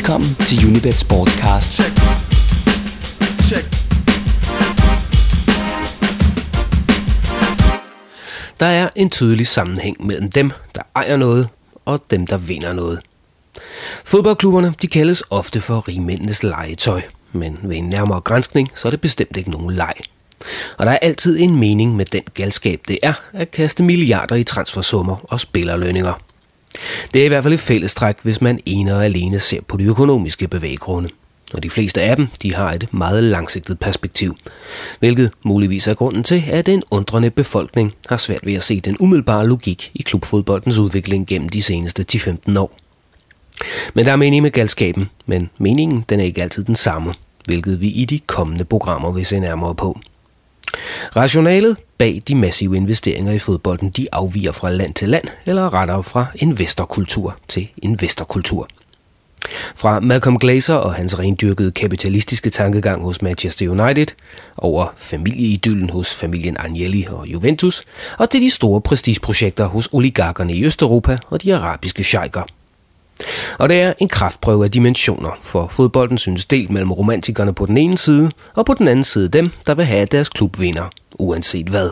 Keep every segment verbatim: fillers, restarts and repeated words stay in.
Velkommen til Unibet Sportscast. Check. Check. Der er en tydelig sammenhæng mellem dem, der ejer noget, og dem, der vinder noget. Fodboldklubberne de kaldes ofte for rigmændenes legetøj, men ved en nærmere granskning, så er det bestemt ikke nogen leg. Og der er altid en mening med den galskab, det er at kaste milliarder i transfersummer og spillerlønninger. Det er i hvert fald et fællestræk, hvis man ene og alene ser på de økonomiske bevæggrunde. Og de fleste af dem, de har et meget langsigtet perspektiv, hvilket muligvis er grunden til, at en undrende befolkning har svært ved at se den umiddelbare logik i klubfodboldens udvikling gennem de seneste ti til femten år. Men der er mening med galskaben, men meningen den er ikke altid den samme, hvilket vi i de kommende programmer vil se nærmere på. Rationalet bag de massive investeringer i fodbolden, de afviger fra land til land, eller rettere fra investorkultur til investorkultur. Fra Malcolm Glazer og hans rendyrkede kapitalistiske tankegang hos Manchester United, over familieidyllen hos familien Agnelli og Juventus, og til de store prestigeprojekter hos oligarkerne i Østeuropa og de arabiske sheiker. Og det er en kraftprøve af dimensioner, for fodbolden synes delt mellem romantikerne på den ene side, og på den anden side dem, der vil have deres klub vinder, uanset hvad.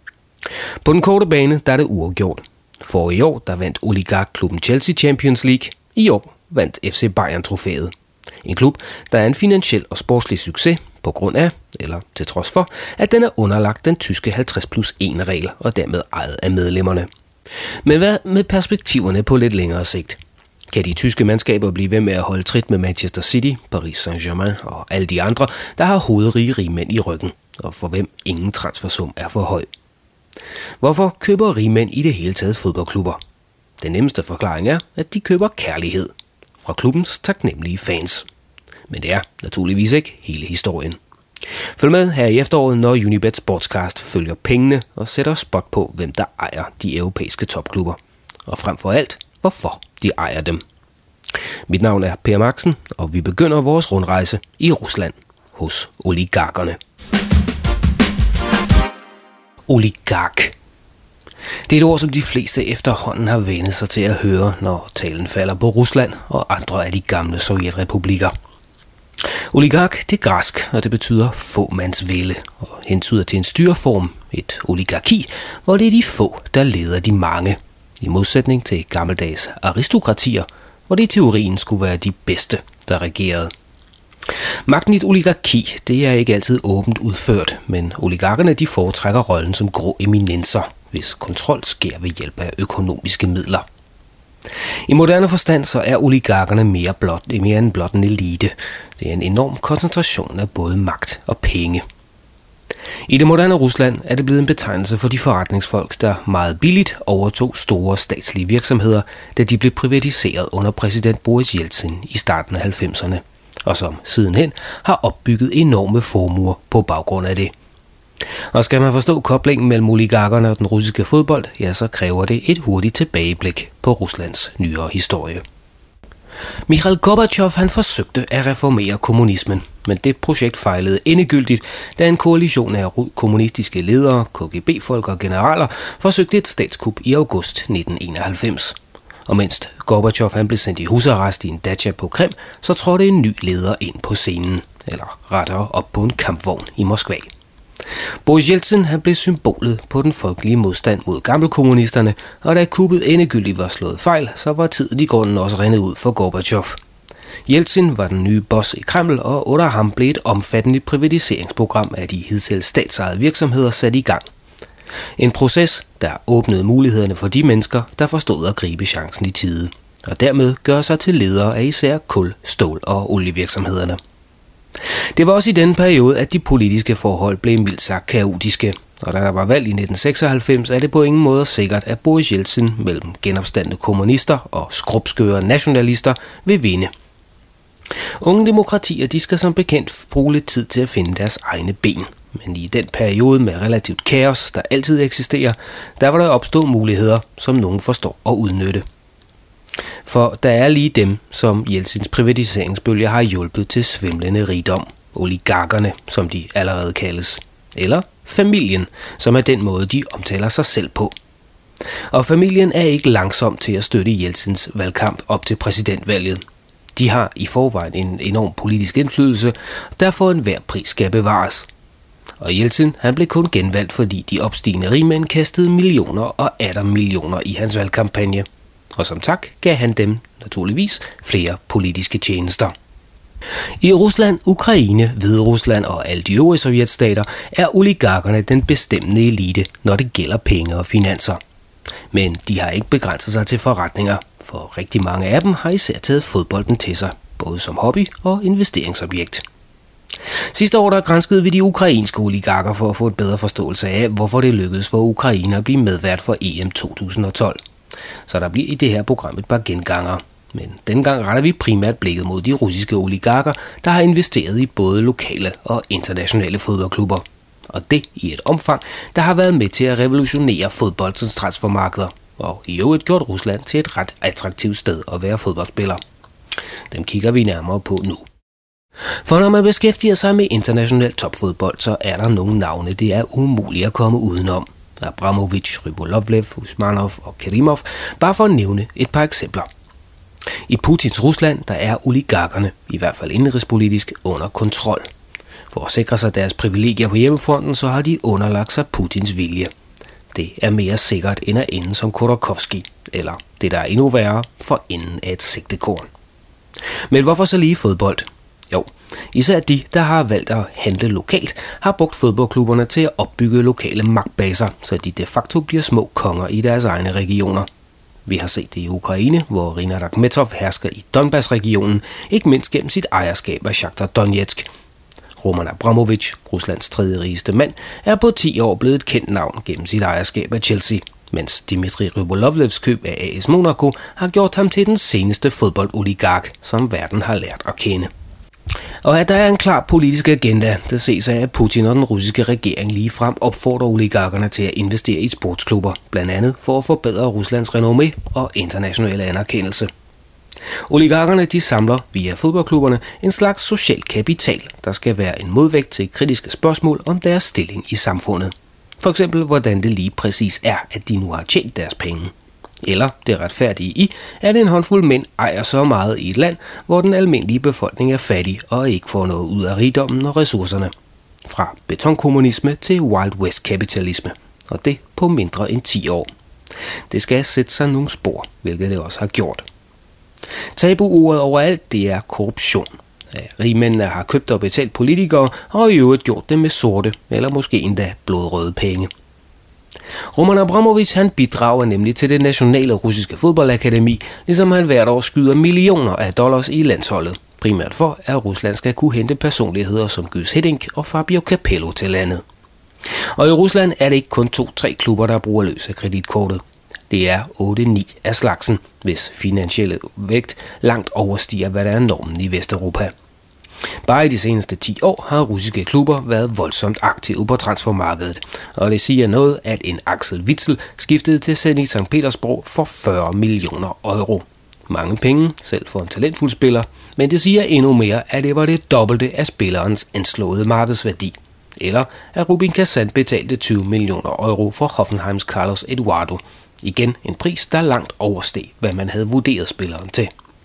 På den korte bane, der er det uafgjort. For i år, der vandt oligarkklubben Chelsea Champions League. I år vandt F C Bayern trofæet. En klub, der er en finansiel og sportslig succes på grund af, eller til trods for, at den er underlagt den tyske halvtreds plus en regel og dermed ejet af medlemmerne. Men hvad med perspektiverne på lidt længere sigt? Kan de tyske mandskaber blive ved med at holde trit med Manchester City, Paris Saint-Germain og alle de andre, der har hovedrige rigmænd i ryggen, og for hvem ingen transfersum er for høj? Hvorfor køber rigmænd i det hele taget fodboldklubber? Den nemmeste forklaring er, at de køber kærlighed fra klubbens taknemmelige fans. Men det er naturligvis ikke hele historien. Følg med her i efteråret, når Unibet Sportscast følger pengene og sætter spot på, hvem der ejer de europæiske topklubber. Og frem for alt, hvorfor de ejer dem. Mit navn er Per Maxen, og vi begynder vores rundrejse i Rusland hos oligarkerne. Oligark. Det er et ord, som de fleste efterhånden har vænnet sig til at høre, når talen falder på Rusland og andre af de gamle sovjetrepublikker. Oligark, det er græsk, og det betyder fåmandsvælde, og hentyder til en styreform, et oligarki, hvor det er de få, der leder de mange. I modsætning til gammeldags aristokratier, hvor det i teorien skulle være de bedste, der regerede. Magten i et oligarki, det er ikke altid åbent udført, men oligarkerne de foretrækker rollen som grå eminenser, hvis kontrol sker ved hjælp af økonomiske midler. I moderne forstand så er oligarkerne mere, blot, mere end blot en elite. Det er en enorm koncentration af både magt og penge. I det moderne Rusland er det blevet en betegnelse for de forretningsfolk, der meget billigt overtog store statslige virksomheder, da de blev privatiseret under præsident Boris Jeltsin i starten af halvfemserne, og som sidenhen har opbygget enorme formuer på baggrund af det. Og skal man forstå koblingen mellem oligarkerne og den russiske fodbold, ja, så kræver det et hurtigt tilbageblik på Ruslands nyere historie. Mikhail Gorbachev han forsøgte at reformere kommunismen, men det projekt fejlede endegyldigt, da en koalition af kommunistiske ledere, K G B-folk og generaler forsøgte et statskup i august nitten enoghalvfems. Og mens Gorbachev han blev sendt i husarrest i en dacha på Krim, så trådte en ny leder ind på scenen, eller rettere op på en kampvogn i Moskva. Boris Jeltsin han blev symbolet på den folkelige modstand mod gammelkommunisterne, og da kuppet endegyldigt var slået fejl, så var tiden i grunden også rendet ud for Gorbachev. Jeltsin var den nye boss i Kreml, og under ham blev et omfattende privatiseringsprogram af de hidtil statsejede virksomheder sat i gang. En proces, der åbnede mulighederne for de mennesker, der forstod at gribe chancen i tide, og dermed gør sig til ledere af især kul, stål og olievirksomhederne. Det var også i denne periode, at de politiske forhold blev mildt sagt kaotiske, og da der var valg i nitten seksoghalvfems, er det på ingen måde sikkert, at Boris Jeltsin mellem genopstandne kommunister og skrubskøre nationalister vil vinde. Unge demokratier de skal som bekendt bruge lidt tid til at finde deres egne ben, men i den periode med relativt kaos, der altid eksisterer, der var der opstået muligheder, som nogen forstår at udnytte. For der er lige dem, som Jeltsins privatiseringsbølge har hjulpet til svimlende rigdom, oligarkerne, som de allerede kaldes, eller familien, som er den måde, de omtaler sig selv på. Og familien er ikke langsom til at støtte Jeltsins valgkamp op til præsidentvalget. De har i forvejen en enorm politisk indflydelse, der for enhver pris skal bevares. Og Jeltsin, han blev kun genvalgt, fordi de opstigende rigmænd kastede millioner og atter millioner i hans valgkampagne. Og som tak gav han dem, naturligvis, flere politiske tjenester. I Rusland, Ukraine, Hviderusland og alle de øvrige sovjetstater er oligarkerne den bestemmende elite, når det gælder penge og finanser. Men de har ikke begrænset sig til forretninger, for rigtig mange af dem har især taget fodbolden til sig, både som hobby og investeringsobjekt. Sidste år der granskede vi de ukrainske oligarker for at få et bedre forståelse af, hvorfor det lykkedes for Ukraine at blive medvært for E M to tusind og tolv. Så der bliver i det her program et par genganger. Men dengang retter vi primært blikket mod de russiske oligarker, der har investeret i både lokale og internationale fodboldklubber. Og det i et omfang, der har været med til at revolutionere fodboldens transfermarkeder, og i øvrigt gjort Rusland til et ret attraktivt sted at være fodboldspiller. Dem kigger vi nærmere på nu. For når man beskæftiger sig med international topfodbold, så er der nogle navne, det er umuligt at komme udenom. Abramovich, Rybolovlev, Usmanov og Kerimov, bare for at nævne et par eksempler. I Putins Rusland, der er oligarkerne, i hvert fald indenrigspolitisk, under kontrol. For at sikre sig deres privilegier på hjemmefronten, så har de underlagt sig Putins vilje. Det er mere sikkert end at ende som Khodorkovsky, eller det der er endnu værre, for enden af et sigtekorn. Men hvorfor så lige fodbold? Jo, især de, der har valgt at handle lokalt, har brugt fodboldklubberne til at opbygge lokale magtbaser, så de de facto bliver små konger i deres egne regioner. Vi har set det i Ukraine, hvor Rinat Akhmetov hersker i Donbass-regionen, ikke mindst gennem sit ejerskab af Shakhtar Donetsk. Roman Abramovich, Ruslands tredje rigeste mand, er på ti år blevet et kendt navn gennem sit ejerskab af Chelsea, mens Dmitri Rybolovlevs køb af A S Monaco har gjort ham til den seneste fodboldoligark, som verden har lært at kende. Og at der er en klar politisk agenda, der ses af, at Putin og den russiske regering ligefrem opfordrer oligarkerne til at investere i sportsklubber, blandt andet for at forbedre Ruslands renommé og internationale anerkendelse. Oligarkerne de samler via fodboldklubberne en slags social kapital, der skal være en modvægt til kritiske spørgsmål om deres stilling i samfundet. For eksempel, hvordan det lige præcis er, at de nu har tjent deres penge. Eller det retfærdige i, at en håndfuld mænd ejer så meget i et land, hvor den almindelige befolkning er fattig og ikke får noget ud af rigdommen og ressourcerne. Fra betonkommunisme til Wild West-kapitalisme, og det på mindre end ti år. Det skal sætte sig nogle spor, hvilket det også har gjort. Tabuordet overalt, det er korruption. Rigmændene har købt og betalt politikere, og i øvrigt gjort det med sorte, eller måske endda blodrøde penge. Roman Abramovich han bidrager nemlig til det nationale russiske fodboldakademi, ligesom han hvert år skyder millioner af dollars i landsholdet, primært for at Rusland skal kunne hente personligheder som Gys Hiddink og Fabio Capello til landet. Og i Rusland er det ikke kun to-tre klubber, der bruger løs af kreditkortet. Det er otte ni af slagsen, hvis finansielle vægt langt overstiger, hvad der er normen i Vesteuropa. Bare i de seneste ti år har russiske klubber været voldsomt aktive på transfermarkedet, og det siger noget, at en Axel Witsel skiftede til Zenit Sankt Petersborg for fyrre millioner euro. Mange penge, selv for en talentfuld spiller, men det siger endnu mere, at det var det dobbelte af spillerens anslåede markedsværdi. Eller at Rubin Kazan betalte tyve millioner euro for Hoffenheims Carlos Eduardo. Igen en pris, der langt oversteg, hvad man havde vurderet spilleren til.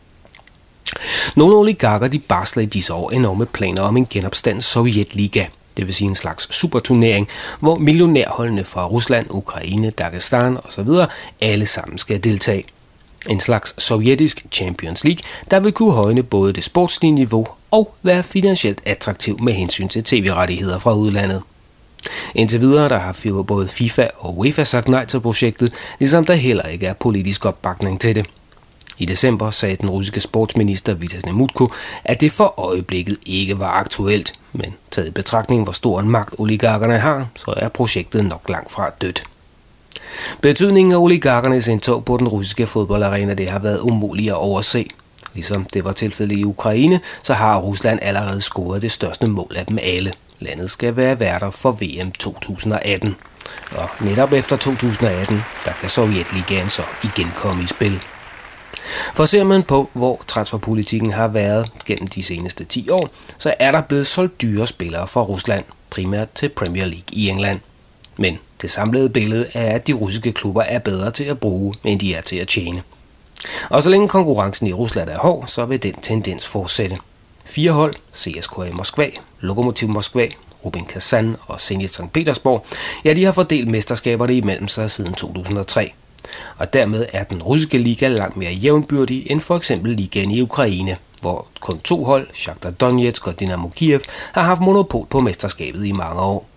Nogle oligarker de barsler i disse år enorme planer om en genopstands Sovjetliga, det vil sige en slags superturnering, hvor millionærholdene fra Rusland, Ukraine, Dagestan osv. alle sammen skal deltage. En slags sovjetisk Champions League, der vil kunne højne både det sportslige niveau og være finansielt attraktiv med hensyn til tv-rettigheder fra udlandet. Indtil videre der har både FIFA og UEFA sagt nej til projektet, ligesom der heller ikke er politisk opbakning til det. I december sagde den russiske sportsminister Vitas Nemutko, at det for øjeblikket ikke var aktuelt, men taget i betragtning hvor stor en magt oligarkerne har, så er projektet nok langt fra dødt. Betydningen af oligarkernes indtog på den russiske fodboldarena det har været umuligt at overse. Ligesom det var tilfældet i Ukraine, så har Rusland allerede scoret det største mål af dem alle. Landet skal være værter for V M to tusind og atten. Og netop efter to tusind og atten, der kan Sovjetligaen så igen komme i spil. For ser man på, hvor transferpolitikken har været gennem de seneste ti år, så er der blevet solgt dyre spillere fra Rusland, primært til Premier League i England. Men det samlede billede er, at de russiske klubber er bedre til at bruge, end de er til at tjene. Og så længe konkurrencen i Rusland er hård, så vil den tendens fortsætte. Fire hold, C S K A Moskva, Lokomotiv Moskva, Rubin Kazan og Zenit Sankt Petersborg, ja, de har fordelt mesterskaberne imellem sig siden to tusind og tre. Og dermed er den russiske liga langt mere jævnbyrdig end for eksempel ligaen i Ukraine, hvor kun to hold, Shakhtar Donetsk og Dynamo Kiev, har haft monopol på mesterskabet i mange år.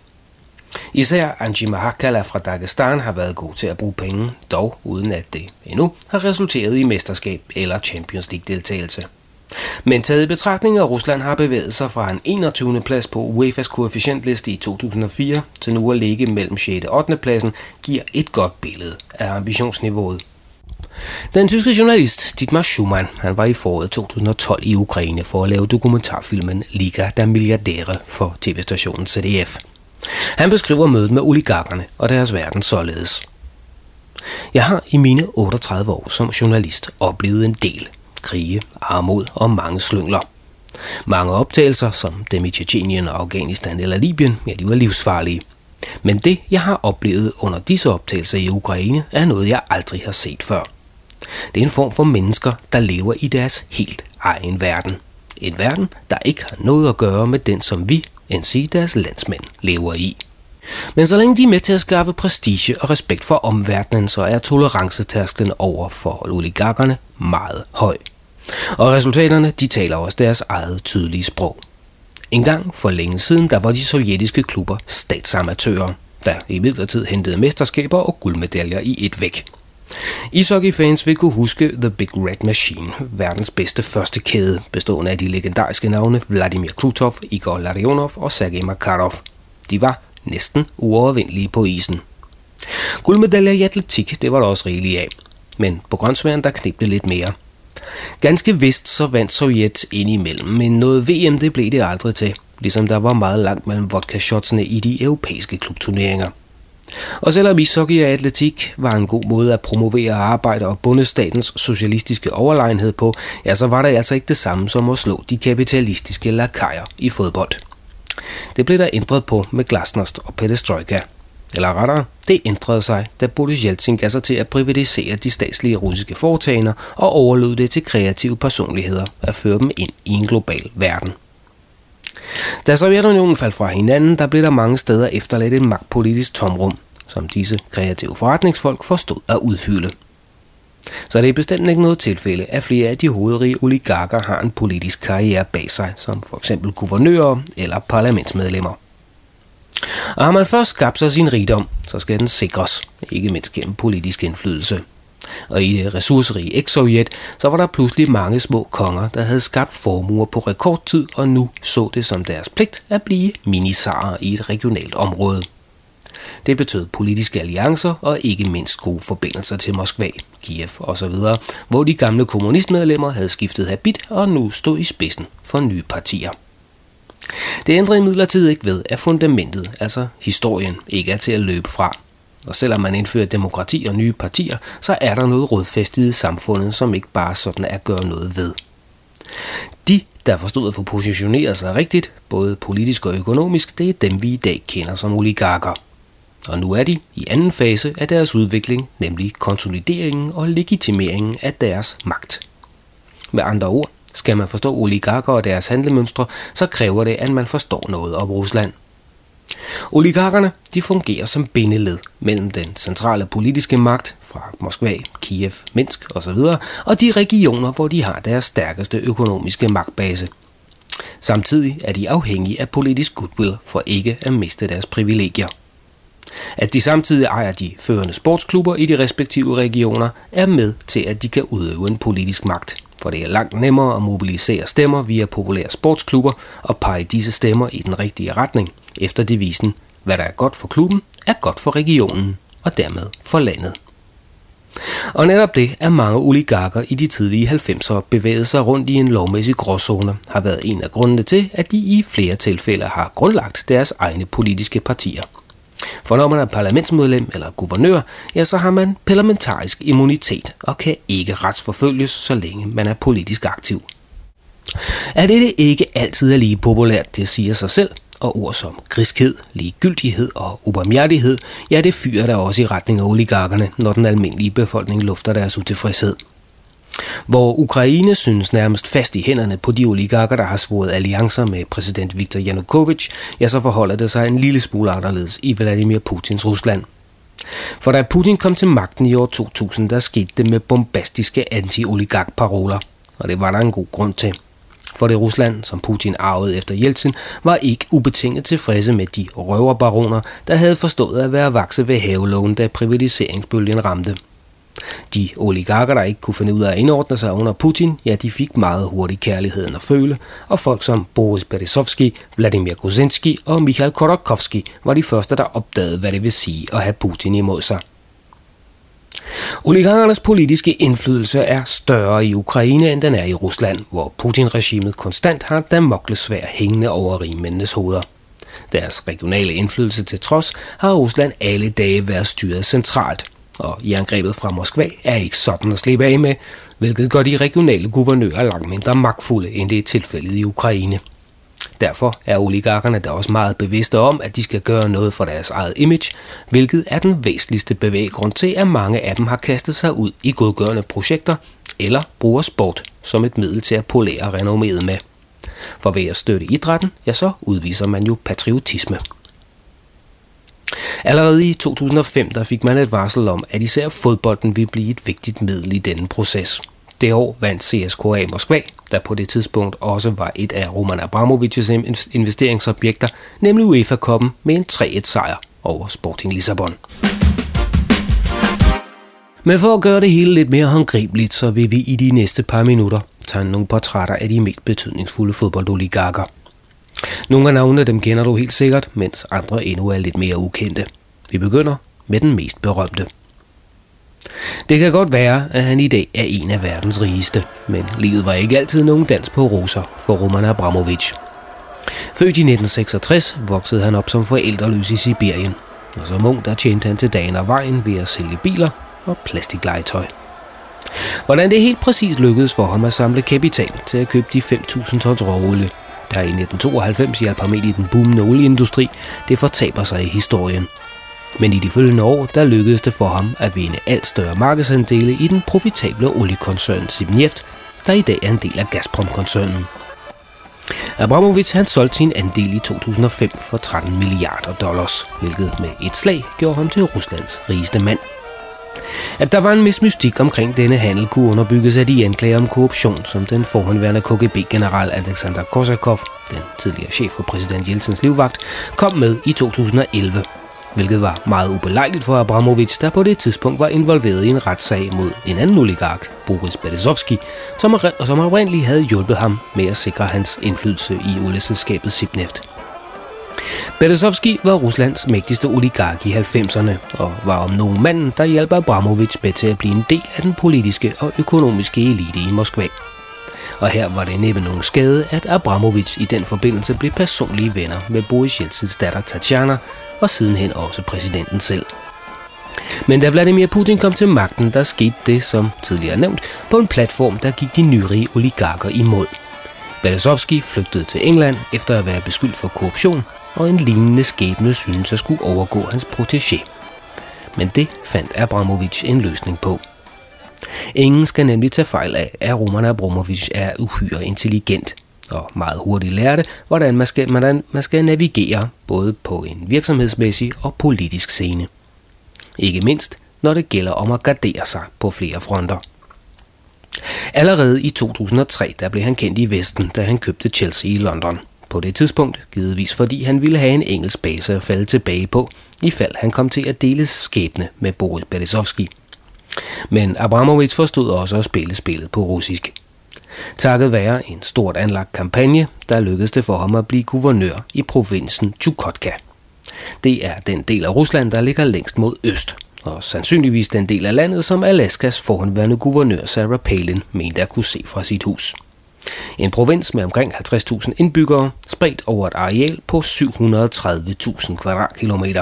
Især Anji Mahakala fra Dagestan har været god til at bruge penge, dog uden at det endnu har resulteret i mesterskab eller Champions League-deltagelse. Men taget i betragtning af Rusland har bevæget sig fra en enogtyvende plads på UEFA's koefficientliste i to tusind og fire til nu at ligge mellem sjette og ottende pladsen, giver et godt billede af ambitionsniveauet. Den tyske journalist Dietmar Schumann han var i foråret to tusind og tolv i Ukraine for at lave dokumentarfilmen Liga der Milliardære for tv-stationen Z D F. Han beskriver mødet med oligarkerne og deres verden således. Jeg har i mine otteogtredive år som journalist oplevet en del krige, armod og mange slyngler. Mange optagelser, som dem i Tjetjenien og Afghanistan eller Libyen, ja, de var livsfarlige. Men det, jeg har oplevet under disse optagelser i Ukraine, er noget, jeg aldrig har set før. Det er en form for mennesker, der lever i deres helt egen verden. En verden, der ikke har noget at gøre med den, som vi, end sige deres landsmænd, lever i. Men så længe de er med til at skaffe prestige og respekt for omverdenen, så er tolerancetærsklen over for oligarkerne meget høj. Og resultaterne, de taler også deres eget tydelige sprog. En gang for længe siden, der var de sovjetiske klubber statsamatører, der imidlertid hentede mesterskaber og guldmedaljer i et væk. Ishockeyfans vil kunne huske The Big Red Machine, verdens bedste første kæde, bestående af de legendariske navne Vladimir Krutov, Igor Larionov og Sergej Makarov. De var næsten uovervindelige på isen. Guldmedaljer i atletik, det var der også rigeligt af, men på grønsværen der kneb det lidt mere. Ganske vist så vandt Sovjet indimellem, men noget V M det blev det aldrig til, ligesom der var meget langt mellem vodka-shotsene i de europæiske klubturneringer. Og selvom ishockey og atletik var en god måde at promovere arbejde og bundestatens socialistiske overlegenhed på, ja, så var det altså ikke det samme som at slå de kapitalistiske lakajer i fodbold. Det blev der ændret på med glasnost og perestrojka. Eller rettere, det ændrede sig, da Boris Jeltsin gav sig til at privatisere de statslige russiske foretagender og overlod det til kreative personligheder at føre dem ind i en global verden. Da Sovjetunionen faldt fra hinanden, der blev der mange steder efterladt et magtpolitisk tomrum, som disse kreative forretningsfolk forstod at udfylde. Så det er bestemt ikke noget tilfælde, at flere af de hovedrige oligarker har en politisk karriere bag sig, som for eksempel guvernører eller parlamentsmedlemmer. Og har man først skabt sig sin rigdom, så skal den sikres, ikke mindst gennem politisk indflydelse. Og i det ressourcerige eks-Sovjet, så var der pludselig mange små konger, der havde skabt formuer på rekordtid, og nu så det som deres pligt at blive minisarer i et regionalt område. Det betød politiske alliancer og ikke mindst gode forbindelser til Moskva, Kiev osv., hvor de gamle kommunistmedlemmer havde skiftet habit og nu stod i spidsen for nye partier. Det ændrer imidlertid ikke ved, at fundamentet, altså historien, ikke er til at løbe fra. Og selvom man indfører demokrati og nye partier, så er der noget rodfæstet i samfundet, som ikke bare sådan er at gøre noget ved. De, der forstod at få positioneret sig rigtigt, både politisk og økonomisk, det er dem, vi i dag kender som oligarker. Og nu er de i anden fase af deres udvikling, nemlig konsolideringen og legitimeringen af deres magt. Med andre ord, skal man forstå oligarker og deres handlemønstre, så kræver det, at man forstår noget om Rusland. Oligarkerne de fungerer som bindeled mellem den centrale politiske magt fra Moskva, Kiev, Minsk osv. og de regioner, hvor de har deres stærkeste økonomiske magtbase. Samtidig er de afhængige af politisk goodwill for ikke at miste deres privilegier. At de samtidig ejer de førende sportsklubber i de respektive regioner, er med til, at de kan udøve en politisk magt. For det er langt nemmere at mobilisere stemmer via populære sportsklubber og pege disse stemmer i den rigtige retning, efter devisen, hvad der er godt for klubben, er godt for regionen og dermed for landet. Og netop det, at mange oligarker i de tidlige halvfemsere bevægede sig rundt i en lovmæssig gråzone, har været en af grundene til, at de i flere tilfælde har grundlagt deres egne politiske partier. For når man er parlamentsmedlem eller guvernør, ja, så har man parlamentarisk immunitet og kan ikke retsforfølges, så længe man er politisk aktiv. At dette ikke altid er lige populært, det siger sig selv, og ord som griskhed, ligegyldighed og ubarmhjertighed, ja, det fyrer der også i retning af oligarkerne, når den almindelige befolkning lufter deres utilfredshed. Hvor Ukraine synes nærmest fast i hænderne på de oligarker, der har svoret alliancer med præsident Viktor Yanukovych, ja, så forholder det sig en lille smule anderledes i Vladimir Putins Rusland. For da Putin kom til magten i år to tusind, der skete det med bombastiske anti-oligark-paroler, og det var der en god grund til. For det Rusland, som Putin arvede efter Jeltsin, var ikke ubetinget tilfredse med de røverbaroner, der havde forstået at være vakse ved havelågen, da privatiseringsbølgen ramte. De oligarker, der ikke kunne finde ud af at indordne sig under Putin, ja, de fik meget hurtigt kærligheden at føle, og folk som Boris Berezovsky, Vladimir Gruzensky og Mikhail Khodorkovsky var de første, der opdagede, hvad det vil sige at have Putin imod sig. Oligarkernes politiske indflydelse er større i Ukraine, end den er i Rusland, hvor Putin-regimet konstant har damoklesværd hængende over rigmændenes hoveder. Deres regionale indflydelse til trods har Rusland alle dage været styret centralt, og jerngrебet fra Moskva er ikke sådan at slippe af med, hvilket gør de regionale guvernører langt mindre magtfulde, end det er tilfældet i Ukraine. Derfor er oligarkerne da også meget bevidste om, at de skal gøre noget for deres eget image, hvilket er den væsentligste bevæggrund til, at mange af dem har kastet sig ud i godgørende projekter eller bruger sport som et middel til at polere renomméet med. For ved at støtte idrætten, ja, så udviser man jo patriotisme. Allerede i to tusind og fem der fik man et varsel om, at især fodbolden ville blive et vigtigt middel i denne proces. Det år vandt C S K A Moskva, der på det tidspunkt også var et af Roman Abramovich's investeringsobjekter, nemlig UEFA-koppen med en tre et sejr over Sporting Lissabon. Men for at gøre det hele lidt mere håndgribeligt, så vil vi i de næste par minutter tegne nogle portrætter af de mest betydningsfulde fodboldoligarker. Nogle af navnene dem kender du helt sikkert, mens andre endnu er lidt mere ukendte. Vi begynder med den mest berømte. Det kan godt være, at han i dag er en af verdens rigeste, men livet var ikke altid nogen dans på roser for Roman Abramovich. Født i nitten seksogtres voksede han op som forældreløs i Sibirien, og som ung der tjente han til dagen og vejen ved at sælge biler og plastiklegetøj. Hvordan det helt præcis lykkedes for ham at samle kapital til at købe de fem tusind tons råolie, der i nitten tooghalvfems hjalp ham ind i den boomende olieindustri, det fortaber sig i historien. Men i de følgende år, der lykkedes det for ham at vinde alt større markedsandele i den profitable oliekoncern Sibneft, der i dag er en del af Gazprom-koncernen. Abramovich han solgte sin andel i to tusind og fem for tretten milliarder dollars, hvilket med et slag gjorde ham til Ruslands rigeste mand. At der var en vis mystik omkring denne handel kunne underbygges af de anklager om korruption, som den forhenværende K G B-general Alexander Korsakov, den tidligere chef for præsident Jeltsins livvagt, kom med i to tusind og elleve, hvilket var meget ubelejligt for Abramovich, der på det tidspunkt var involveret i en retssag mod en anden oligark, Boris Berezovsky, som, som oprindeligt havde hjulpet ham med at sikre hans indflydelse i olieselskabet Sibneft. Berezovsky var Ruslands mægtigste oligark i halvfemserne og var om nogen manden, der hjalp Abramovich med til at blive en del af den politiske og økonomiske elite i Moskva. Og her var det næppe nogen skade, at Abramovich i den forbindelse blev personlige venner med Boris Jeltsins datter Tatjana og sidenhen også præsidenten selv. Men da Vladimir Putin kom til magten, der skete det, som tidligere nævnt, på en platform, der gik de nyrige oligarker imod. Berezovsky flygtede til England efter at være beskyldt for korruption, og en lignende skæbne synes at skulle overgå hans protégé. Men det fandt Abramovich en løsning på. Ingen skal nemlig tage fejl af, at Roman Abramovich er uhyre intelligent og meget hurtigt lærte, hvordan man skal, hvordan man skal navigere både på en virksomhedsmæssig og politisk scene. Ikke mindst, når det gælder om at gardere sig på flere fronter. Allerede i to tusind og tre der blev han kendt i Vesten, da han købte Chelsea i London. På det tidspunkt, givetvis fordi han ville have en engelsk base at falde tilbage på, i fald han kom til at dele skæbne med Boris Berezovsky. Men Abramovich forstod også at spille spillet på russisk. Takket være en stort anlagt kampagne, der lykkedes det for ham at blive guvernør i provinsen Chukotka. Det er den del af Rusland, der ligger længst mod øst, og sandsynligvis den del af landet, som Alaskas forhenværende guvernør Sarah Palin mente at kunne se fra sit hus. En provins med omkring halvtreds tusind indbyggere, spredt over et areal på syv hundrede og tredive tusind kvadratkilometer.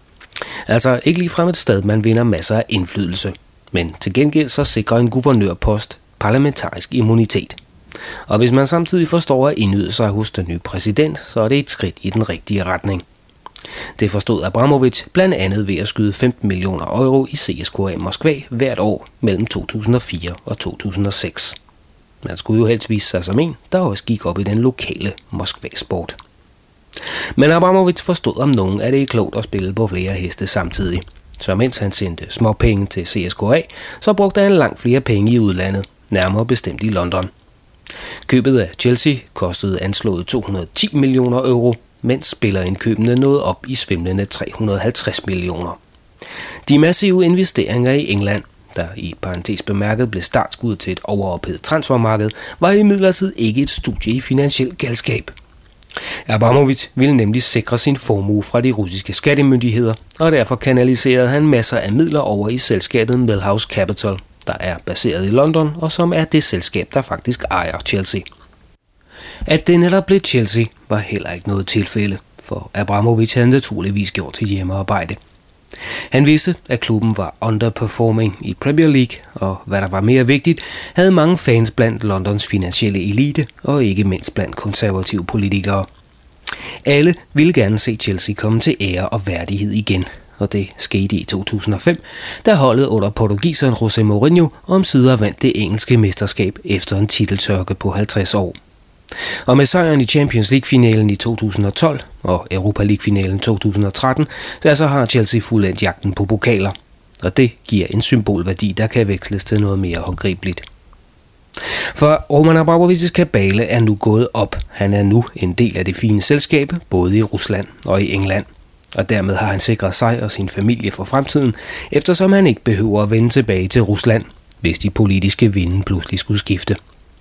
Altså ikke ligefrem et sted, man vinder masser af indflydelse, men til gengæld så sikrer en guvernørpost parlamentarisk immunitet. Og hvis man samtidig forstår at indyde sig hos den nye præsident, så er det et skridt i den rigtige retning. Det forstod Abramovich blandt andet ved at skyde femten millioner euro i C S K A Moskva hvert år mellem to tusind og fire og to tusind og seks. Man skulle jo helst vise sig som en, der også gik op i den lokale Moskva-sport. Men Abramovich forstod om nogen, at det er klogt at spille på flere heste samtidig. Så mens han sendte små penge til C S K A, så brugte han langt flere penge i udlandet, nærmere bestemt i London. Købet af Chelsea kostede anslået to hundrede og ti millioner euro, mens spillerindkøbene nåede op i svimlende tre hundrede og halvtreds millioner. De massive investeringer i England, der i parentes bemærket blev startskuddet til et overophedet transfermarked, var imidlertid ikke et studie i finansiel galskab. Abramovich ville nemlig sikre sin formue fra de russiske skattemyndigheder, og derfor kanaliserede han masser af midler over i selskabet Millhouse Capital, der er baseret i London og som er det selskab, der faktisk ejer Chelsea. At det netop blev Chelsea var heller ikke noget tilfælde, for Abramovich havde naturligvis gjort sit hjemmearbejde. Han vidste, at klubben var underperforming i Premier League, og hvad der var mere vigtigt, havde mange fans blandt Londons finansielle elite, og ikke mindst blandt konservative politikere. Alle ville gerne se Chelsea komme til ære og værdighed igen, og det skete i to tusind og fem, da holdet under portugiseren José Mourinho omsider vandt det engelske mesterskab efter en titeltørke på halvtreds år. Og med sejren i Champions League-finalen i to tusind og tolv og Europa League-finalen to tusind og tretten, der så har Chelsea fuldendt jagten på pokaler. Og det giver en symbolværdi, der kan veksles til noget mere håndgribeligt. For Roman Abramovich's kabale er nu gået op. Han er nu en del af det fine selskab, både i Rusland og i England. Og dermed har han sikret sig og sin familie for fremtiden, eftersom han ikke behøver at vende tilbage til Rusland, hvis de politiske vinde pludselig skulle skifte.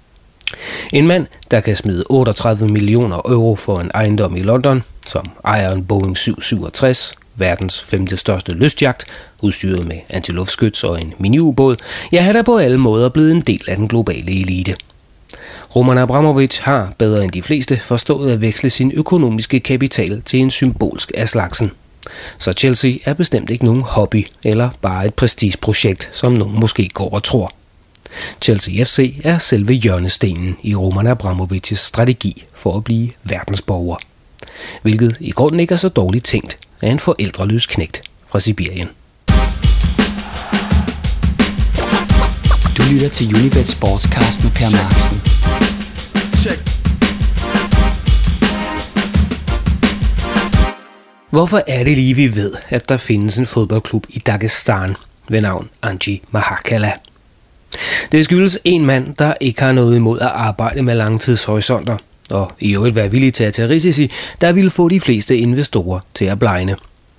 En mand, der kan smide otteogtredive millioner euro for en ejendom i London, som ejer en Boeing syv syvogtres, verdens femte største lystjagt, udstyret med antiluftskyts og en miniubåd, ja, han er på alle måder blevet en del af den globale elite. Roman Abramovich har, bedre end de fleste, forstået at veksle sin økonomiske kapital til en symbolsk af slagsen. Så Chelsea er bestemt ikke nogen hobby eller bare et prestigeprojekt, som nogen måske går og tror. Chelsea F C er selve hjørnestenen i Roman Abramovich's strategi for at blive verdensborger. Hvilket i grunden ikke er så dårligt tænkt af en forældreløs knægt fra Sibirien. Du lytter til Unibet Sportscast med Per Marksen. Check. Hvorfor er det lige, vi ved, at der findes en fodboldklub i Dagestan ved navn Anji Mahakala? Det skyldes en mand, der ikke har noget imod at arbejde med langtidshorisonter, og i øvrigt være villig til at tage risici, der ville få de fleste investorer til at blegne.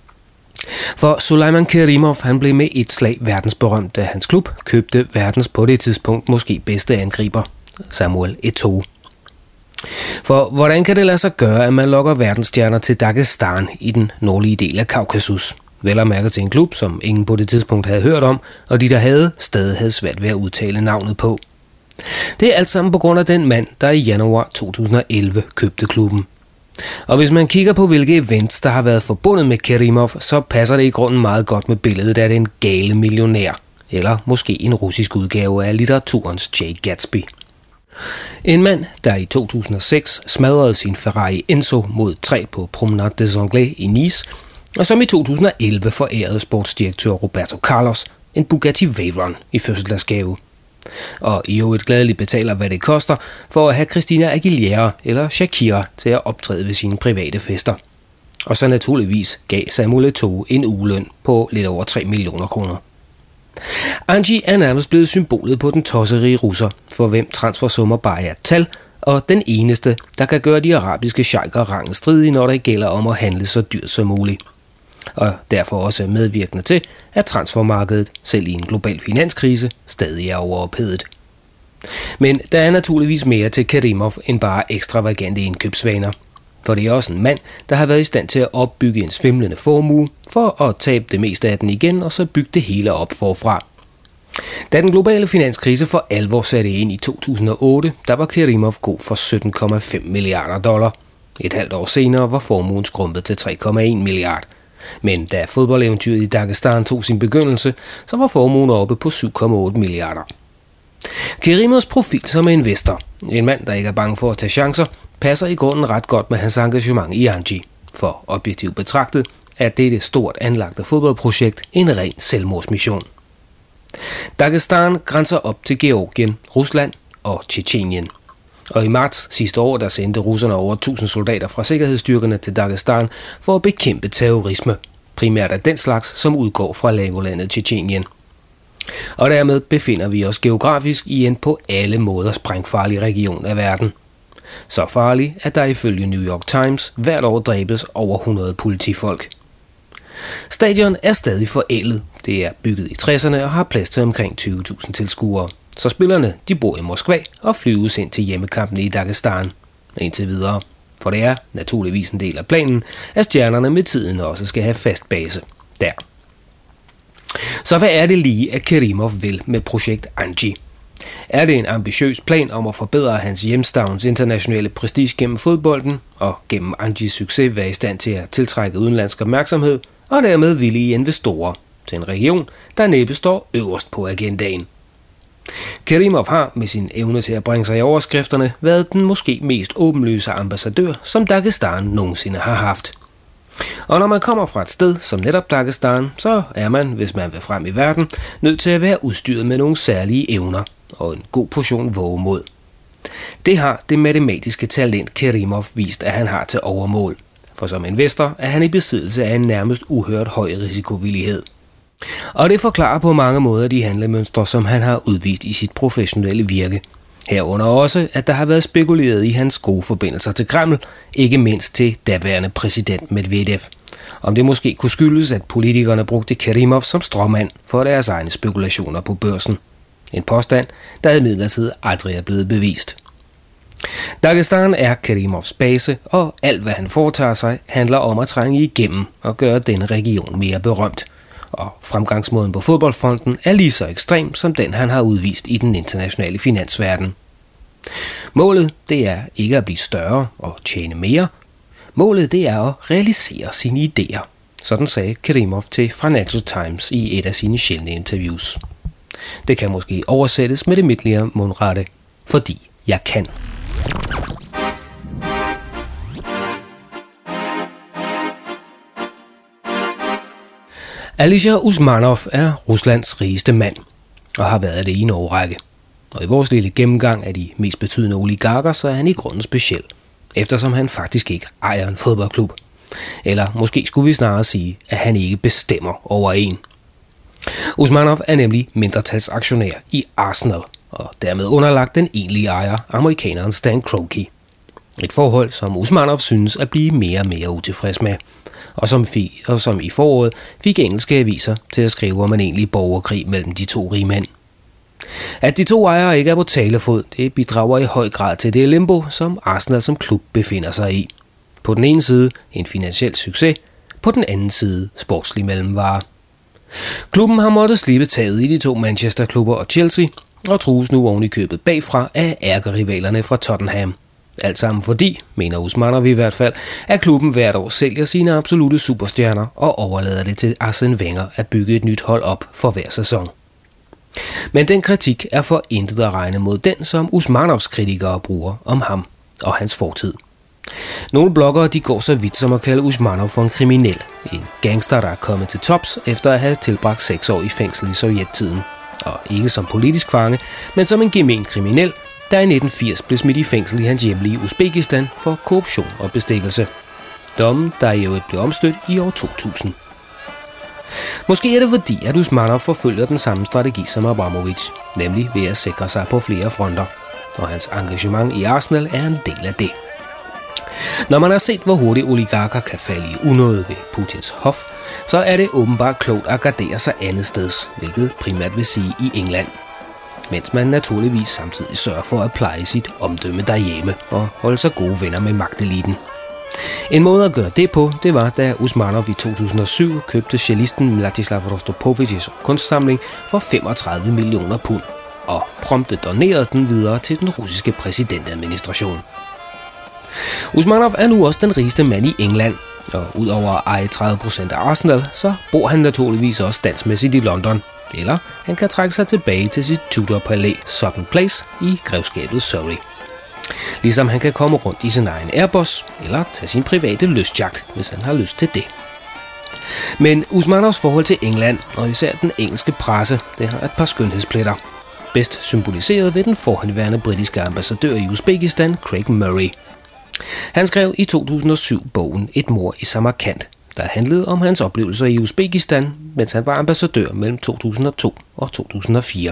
For Sulejman Kerimov, han blev med et slag verdensberømt, da hans klub købte verdens på det tidspunkt måske bedste angriber, Samuel Eto'o. For hvordan kan det lade sig gøre, at man lokker verdensstjerner til Dagestan i den nordlige del af Kaukasus? Vel at mærke til en klub, som ingen på det tidspunkt havde hørt om, og de, der havde, stadig havde svært ved at udtale navnet på. Det er alt sammen på grund af den mand, der i januar to tusind og elleve købte klubben. Og hvis man kigger på, hvilke events, der har været forbundet med Kerimov, så passer det i grunden meget godt med billedet af den gale millionær, eller måske en russisk udgave af litteraturens Jay Gatsby. En mand, der i to tusind og seks smadrede sin Ferrari Enzo mod træ på Promenade des Anglais i Nice, og som i to tusind og elleve forærede sportsdirektør Roberto Carlos en Bugatti Veyron i fødselsdagsgave. Og i øvrigt gladeligt betaler, hvad det koster, for at have Christina Aguilera eller Shakira til at optræde ved sine private fester. Og så naturligvis gav Samuel Eto'o en ugeløn på lidt over tre millioner kroner. Anji er nærmest blevet symbolet på den tosserige russer, for hvem transfersummer bare er et tal, og den eneste, der kan gøre de arabiske sheiker rangen stridige, når det gælder om at handle så dyrt som muligt. Og derfor også medvirkende til, at transfermarkedet, selv i en global finanskrise, stadig er overophedet. Men der er naturligvis mere til Kerimov end bare ekstravagante indkøbsvaner. For det er også en mand, der har været i stand til at opbygge en svimlende formue, for at tabe det meste af den igen, og så bygge det hele op forfra. Da den globale finanskrise for alvor satte ind i to tusind og otte, der var Kerimov god for sytten komma fem milliarder dollar. Et halvt år senere var formuen skrumpet til tre komma en milliard. Men da fodboldeventyret i Dagestan tog sin begyndelse, så var formuen oppe på syv komma otte milliarder. Kerimovs profil som investor, en mand, der ikke er bange for at tage chancer, passer i grunden ret godt med hans engagement i Anji. For objektivt betragtet er dette stort anlagte fodboldprojekt en ren selvmordsmission. Dagestan grænser op til Georgien, Rusland og Tjetjenien. Og i marts sidste år, der sendte russerne over tusind soldater fra sikkerhedsstyrkerne til Dagestan for at bekæmpe terrorisme, primært af den slags, som udgår fra nabolandet Tjetjenien. Og dermed befinder vi os geografisk i en på alle måder sprængfarlig region af verden. Så farlig, at der ifølge New York Times hvert år dræbes over hundrede politifolk. Stadion er stadig forældet. Det er bygget i tresserne og har plads til omkring tyve tusind tilskuere. Så spillerne de bor i Moskva og flyves ind til hjemmekampene i Dagestan. Indtil videre. For det er naturligvis en del af planen, at stjernerne med tiden også skal have fast base der. Så hvad er det lige, at Kerimov vil med projekt Anji? Er det en ambitiøs plan om at forbedre hans hjemstavns internationale prestige gennem fodbolden, og gennem Anjis succes være i stand til at tiltrække udenlandsk opmærksomhed, og dermed villige investorer til en region, der næppe står øverst på agendaen? Kerimov har med sin evne til at bringe sig i overskrifterne været den måske mest åbenlyse ambassadør, som Dagestan nogensinde har haft. Og når man kommer fra et sted som netop Dagestan, så er man, hvis man vil frem i verden, nødt til at være udstyret med nogle særlige evner og en god portion vågemod. Det har det matematiske talent Kerimov vist, at han har til overmål. For som investor er han i besiddelse af en nærmest uhørt høj risikovillighed. Og det forklarer på mange måder de handlemønstre, som han har udvist i sit professionelle virke. Herunder også, at der har været spekuleret i hans gode forbindelser til Kreml, ikke mindst til daværende præsident Medvedev. Om det måske kunne skyldes, at politikerne brugte Kerimov som stråmand for deres egne spekulationer på børsen. En påstand, der imidlertid aldrig er blevet bevist. Dagestan er Kerimovs base, og alt hvad han foretager sig, handler om at trænge igennem og gøre denne region mere berømt. Og fremgangsmåden på fodboldfronten er lige så ekstrem som den, han har udvist i den internationale finansverden. Målet, det er ikke at blive større og tjene mere. Målet, det er at realisere sine idéer. Sådan sagde Kerimov til Financial Times i et af sine sjældne interviews. Det kan måske oversættes med det midtlige mundrette, fordi jeg kan. Alisher Usmanov er Ruslands rigeste mand, og har været det i en årrække. Og i vores lille gennemgang af de mest betydende oligarker, så er han i grunden speciel, eftersom han faktisk ikke ejer en fodboldklub. Eller måske skulle vi snarere sige, at han ikke bestemmer over en. Usmanov er nemlig mindretalsaktionær i Arsenal, og dermed underlagt den egentlige ejer, amerikaneren Stan Kroenke. Et forhold, som Usmanov synes at blive mere og mere utilfreds med, og som, fi, og som i foråret fik engelske aviser til at skrive om en egentlig borgerkrig mellem de to rige mænd. At de to ejere ikke er på talefod, det bidrager i høj grad til det limbo, som Arsenal som klub befinder sig i. På den ene side en finansiel succes, på den anden side sportslig mellemvare. Klubben har måttet slippe taget i de to Manchester-klubber og Chelsea, og trues nu oven i købet bagfra af ærkerivalerne fra Tottenham. Alt sammen fordi, mener Usmanov i hvert fald, at klubben hvert år sælger sine absolute superstjerner og overlader det til Arsene Wenger at bygge et nyt hold op for hver sæson. Men den kritik er for intet at regne mod den, som Usmanovs kritikere bruger om ham og hans fortid. Nogle bloggere de går så vidt som at kalde Usmanov for en kriminel, en gangster, der er kommet til tops efter at have tilbragt seks år i fængsel i sovjettiden. Og ikke som politisk fange, men som en gemen kriminel, der i nitten firs blev smidt i fængsel i hans hjemlige Uzbekistan for korruption og bestikkelse. Dommen, der i øvrigt blev omstødt i år to tusind. Måske er det fordi, at Usmanov forfølger den samme strategi som Abramovich, nemlig ved at sikre sig på flere fronter, og hans engagement i Arsenal er en del af det. Når man har set, hvor hurtigt oligarker kan falde i unåde ved Putins hof, så er det åbenbart klogt at gardere sig andet steds, hvilket primært vil sige i England. Mens man naturligvis samtidig sørger for at pleje sit omdømme derhjemme og holde sig gode venner med magteliten. En måde at gøre det på, det var, da Usmanov i to tusind og syv købte cellisten Mladislav Rostropovitjs kunstsamling for femogtredive millioner pund og prompte donerede den videre til den russiske præsidentadministration. Usmanov er nu også den rigeste mand i England, og udover at eje tredive procent af Arsenal, så bor han naturligvis også standsmæssigt i London. Eller han kan trække sig tilbage til sit Tudor-palæ Sutton Place i grevskabet Surrey. Ligesom han kan komme rundt i sin egen Airbus eller tage sin private lystjagt, hvis han har lyst til det. Men Usmanovs forhold til England, og især den engelske presse, det har et par skønhedspletter. Bedst symboliseret ved den forhenværende britiske ambassadør i Uzbekistan, Craig Murray. Han skrev i to tusind og syv bogen Et mord i Samarkand, der handlede om hans oplevelser i Uzbekistan, mens han var ambassadør mellem to tusind og to og to tusind og fire.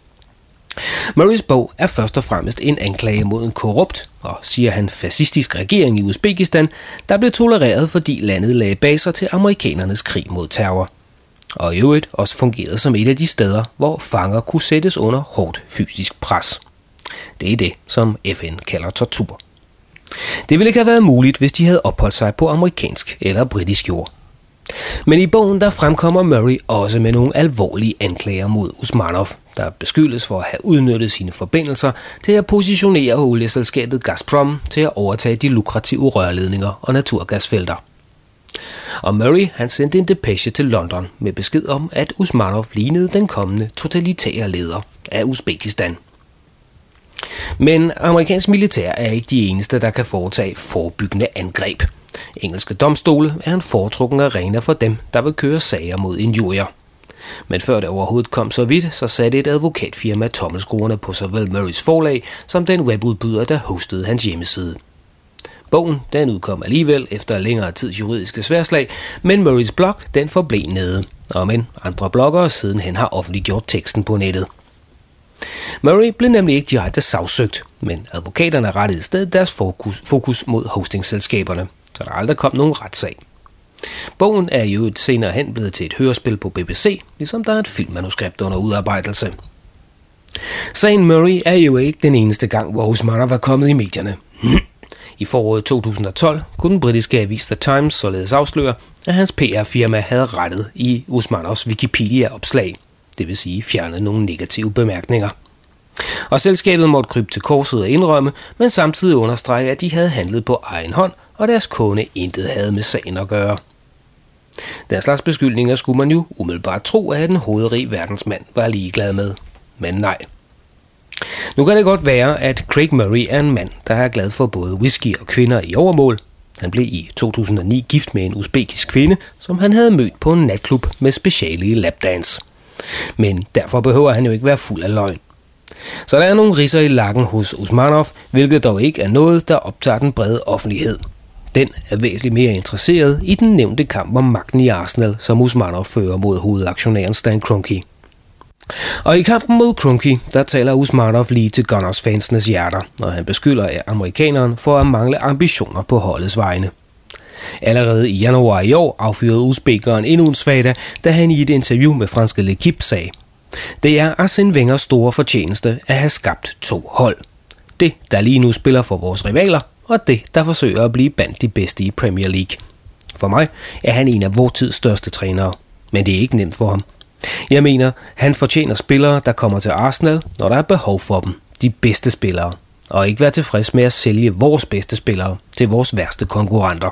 Murrays bog er først og fremmest en anklage mod en korrupt og, siger han, fascistisk regering i Uzbekistan, der blev tolereret, fordi landet lagde baser til amerikanernes krig mod terror. Og i øvrigt også fungerede som et af de steder, hvor fanger kunne sættes under hårdt fysisk pres. Det er det, som F N kalder tortur. Det ville ikke have været muligt, hvis de havde opholdt sig på amerikansk eller britisk jord. Men i bogen der fremkommer Murray også med nogle alvorlige anklager mod Usmanov, der beskyldes for at have udnyttet sine forbindelser til at positionere olieselskabet Gazprom til at overtage de lukrative rørledninger og naturgasfelter. Og Murray han sendte en depeche til London med besked om, at Usmanov lignede den kommende totalitære leder af Uzbekistan. Men amerikansk militær er ikke de eneste, der kan foretage forebyggende angreb. Engelske domstole er en foretrukken arena for dem, der vil køre sager mod injurier. Men før det overhovedet kom så vidt, så satte et advokatfirma tommelskruerne på såvel Murrays forlag som den webudbyder, der hostede hans hjemmeside. Bogen den udkom alligevel efter længere tids juridiske sværslag, men Murrays blog den forblev nede, og men andre bloggere sidenhen har offentliggjort teksten på nettet. Murray blev nemlig ikke direkte sagsøgt, men advokaterne rettede i stedet deres fokus, fokus mod hostingselskaberne, så der aldrig kom nogen retssag. Bogen er jo et senere hen blevet til et hørespil på B B C, ligesom der er et filmmanuskript under udarbejdelse. Sagen Murray er jo ikke den eneste gang, hvor Usmanov var kommet i medierne. I foråret to tusind og tolv kunne den britiske avis The Times således afsløre, at hans P R-firma havde rettet i Usmanovs Wikipedia-opslag, det vil sige fjernet nogle negative bemærkninger. Og selskabet måtte krybe til korset og indrømme, men samtidig understrege, at de havde handlet på egen hånd, og deres kone intet havde med sagen at gøre. Den slags beskyldninger skulle man jo umiddelbart tro, at en hovedrig verdensmand var ligeglad med. Men nej. Nu kan det godt være, at Craig Murray er en mand, der er glad for både whisky og kvinder i overmål. Han blev i to tusind og ni gift med en usbekisk kvinde, som han havde mødt på en natklub med speciale i lapdance. Men derfor behøver han jo ikke være fuld af løgn. Så der er nogle ridser i lakken hos Usmanov, hvilket dog ikke er noget, der optager den brede offentlighed. Den er væsentligt mere interesseret i den nævnte kamp om magten i Arsenal, som Usmanov fører mod hovedaktionæren Stan Kroenke. Og i kampen mod Kroenke, der taler Usmanov lige til Gunners-fansenes hjerter, og han beskylder amerikaneren for at mangle ambitioner på holdets vegne. Allerede i januar i år affyrede uzbekeren endnu en svada, da han i et interview med franske L'Équipe sagde: "Det er Arsène Wengers store fortjeneste at have skabt to hold. Det, der lige nu spiller for vores rivaler, og det, der forsøger at blive blandt de bedste i Premier League. For mig er han en af vor tids største trænere, men det er ikke nemt for ham. Jeg mener, han fortjener spillere, der kommer til Arsenal, når der er behov for dem, de bedste spillere, og ikke være tilfreds med at sælge vores bedste spillere til vores værste konkurrenter."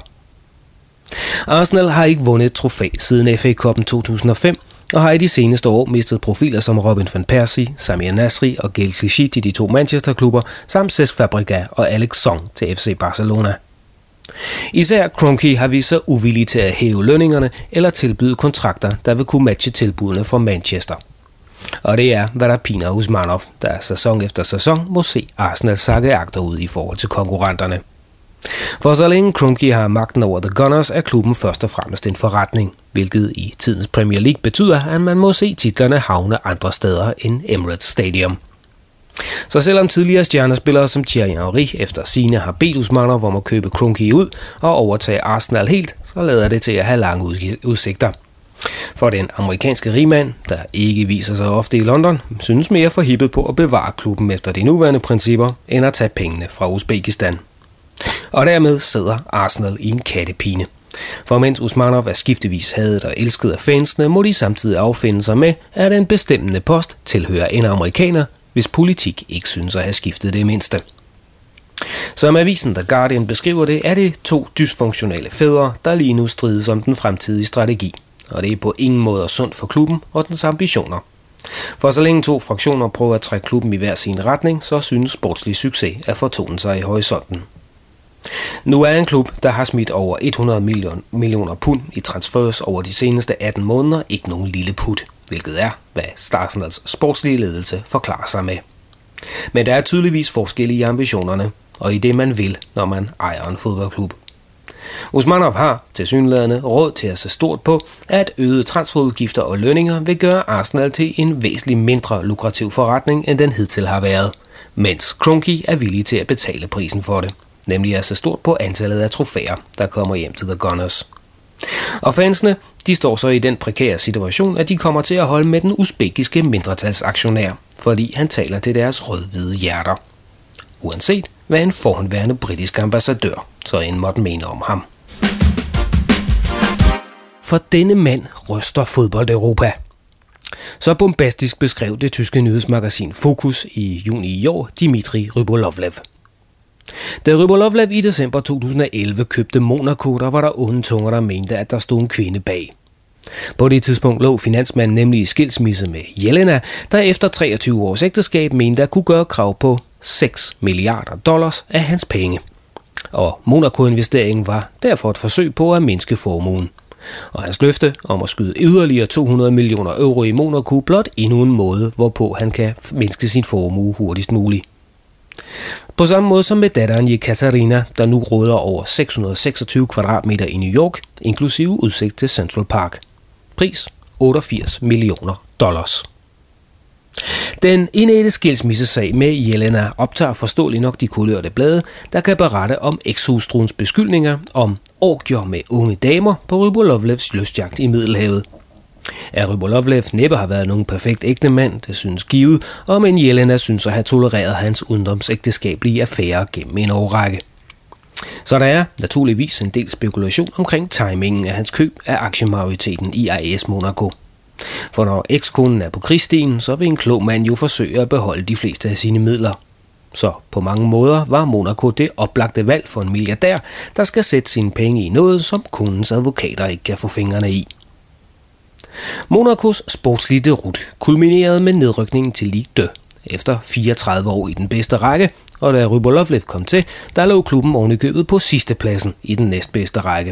Arsenal har ikke vundet et trofæ siden F A-cupen to tusind og fem, og har i de seneste år mistet profiler som Robin van Persie, Samir Nasri og Gaël Clichy til de to Manchester-klubber, samt Cesc Fabregas og Alex Song til F C Barcelona. Især Kroenke har vist sig uvillig til at hæve lønningerne eller tilbyde kontrakter, der vil kunne matche tilbudene fra Manchester. Og det er, hvad der piner Usmanov, der sæson efter sæson må se Arsenal sakke agterud i forhold til konkurrenterne. For så længe Kroenke har magten over The Gunners, er klubben først og fremmest en forretning, hvilket i tidens Premier League betyder, at man må se titlerne havne andre steder end Emirates Stadium. Så selvom tidligere stjernespillere som Thierry Henry efter sigende har bedt Usmanov om at købe Kroenke ud og overtage Arsenal helt, så lader det til at have lange udsigter. For den amerikanske rigmand, der ikke viser sig ofte i London, synes mere forhippet på at bevare klubben efter de nuværende principper, end at tage pengene fra Uzbekistan. Og dermed sidder Arsenal i en kattepine. For mens Usmanov er skiftevis hadet og elsket af fansene, må de samtidig affinde sig med, at en bestemmende post tilhører en amerikaner, hvis politik ikke synes at have skiftet det mindste. Som avisen The Guardian beskriver det, er det to dysfunktionelle fædre, der lige nu strides om den fremtidige strategi, og det er på ingen måde sundt for klubben og dens ambitioner. For så længe to fraktioner prøver at trække klubben i hver sin retning, så synes sportslig succes at fortone sig i horisonten. Nu er en klub, der har smidt over hundrede millioner pund i transfers over de seneste atten måneder, ikke nogen lille put, hvilket er, hvad Arsenals sportslige ledelse forklarer sig med. Men der er tydeligvis forskel i ambitionerne, og i det man vil, når man ejer en fodboldklub. Usmanov har tilsyneladende råd til at se stort på, at øgede transferudgifter og lønninger vil gøre Arsenal til en væsentligt mindre lukrativ forretning, end den hidtil har været, mens Kroenke er villig til at betale prisen for det, nemlig at se stort på antallet af trofæer, der kommer hjem til The Gunners. Og fansene, de står så i den prekære situation, at de kommer til at holde med den usbekiske mindretalsaktionær, fordi han taler til deres rød-hvide hjerter. Uanset hvad en forhåndværende britisk ambassadør så end måtte mene om ham. For denne mand ryster fodbold Europa. Så bombastisk beskrev det tyske nyhedsmagasin Focus i juni i år Dmitri Rybolovlev. Da Rybolovlev i december to tusind og elleve købte Monaco, der var der onde tunger, der mente, at der stod en kvinde bag. På det tidspunkt lå finansmanden nemlig i skilsmisse med Jelena, der efter treogtyve års ægteskab mente at kunne gøre krav på seks milliarder dollars af hans penge. Og Monaco-investeringen var derfor et forsøg på at mindske formuen. Og hans løfte om at skyde yderligere to hundrede millioner euro i Monaco blot endnu en måde, hvorpå han kan mindske sin formue hurtigst muligt. På samme måde som med datteren Jekaterina, der nu råder over seks hundrede og seksogtyve kvadratmeter i New York, inklusive udsigt til Central Park. Pris otteogfirs millioner dollars. Den indædte skilsmissesag med Jelena optager forståeligt nok de kulørte blade, der kan berette om ekshustruens beskyldninger om orgier med unge damer på Rybolovlevs lystjagt i Middelhavet. At Rybolovlev næppe har været nogen perfekt ægtemand, det synes givet, og men Jelena synes at have tolereret hans ungdomsægteskabelige affære gennem en årrække. Så der er naturligvis en del spekulation omkring timingen af hans køb af aktiemajoriteten i A S Monaco. For når ekskonen er på krigsstien, så vil en klog mand jo forsøge at beholde de fleste af sine midler. Så på mange måder var Monaco det oplagte valg for en milliardær, der skal sætte sine penge i noget, som kundens advokater ikke kan få fingrene i. Monacos sportslige derut kulminerede med nedrykningen til Ligue to efter fireogtredive år i den bedste række, og da Rybolovlev kom til, der lå klubben ovenikøbet på sidstepladsen i den næstbedste række.